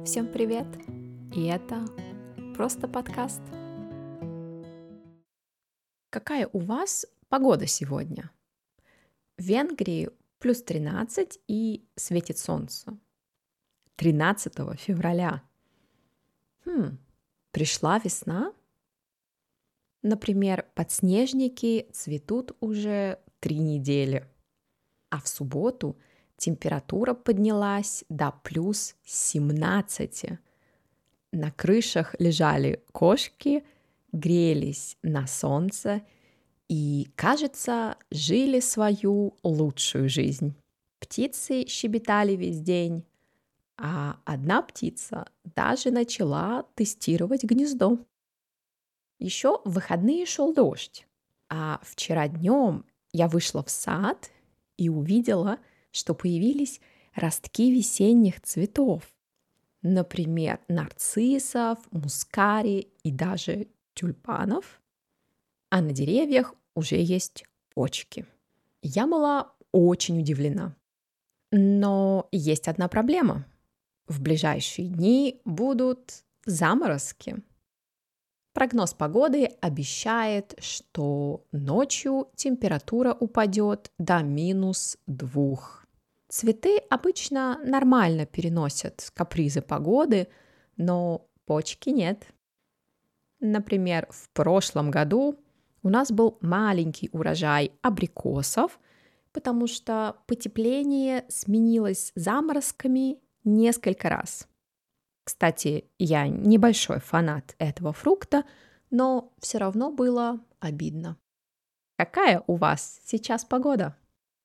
Всем привет! И это просто подкаст. Какая у вас погода сегодня? В Венгрии плюс 13 и светит солнце. 13 февраля. Пришла весна? Например, подснежники цветут уже 3 недели. А в субботу температура поднялась до плюс 17. На крышах лежали кошки, грелись на солнце и, кажется, жили свою лучшую жизнь. Птицы щебетали весь день, а одна птица даже начала тестировать гнездо. Еще в выходные шел дождь, а вчера днем я вышла в сад и увидела, что появились ростки весенних цветов. Например, нарциссов, мускари и даже тюльпанов. А на деревьях уже есть почки. Я была очень удивлена. Но есть одна проблема. В ближайшие дни будут заморозки. Прогноз погоды обещает, что ночью температура упадет до -2. Цветы обычно нормально переносят капризы погоды, но почки нет. Например, в прошлом году у нас был маленький урожай абрикосов, потому что потепление сменилось заморозками несколько раз. Кстати, я небольшой фанат этого фрукта, но все равно было обидно. Какая у вас сейчас погода?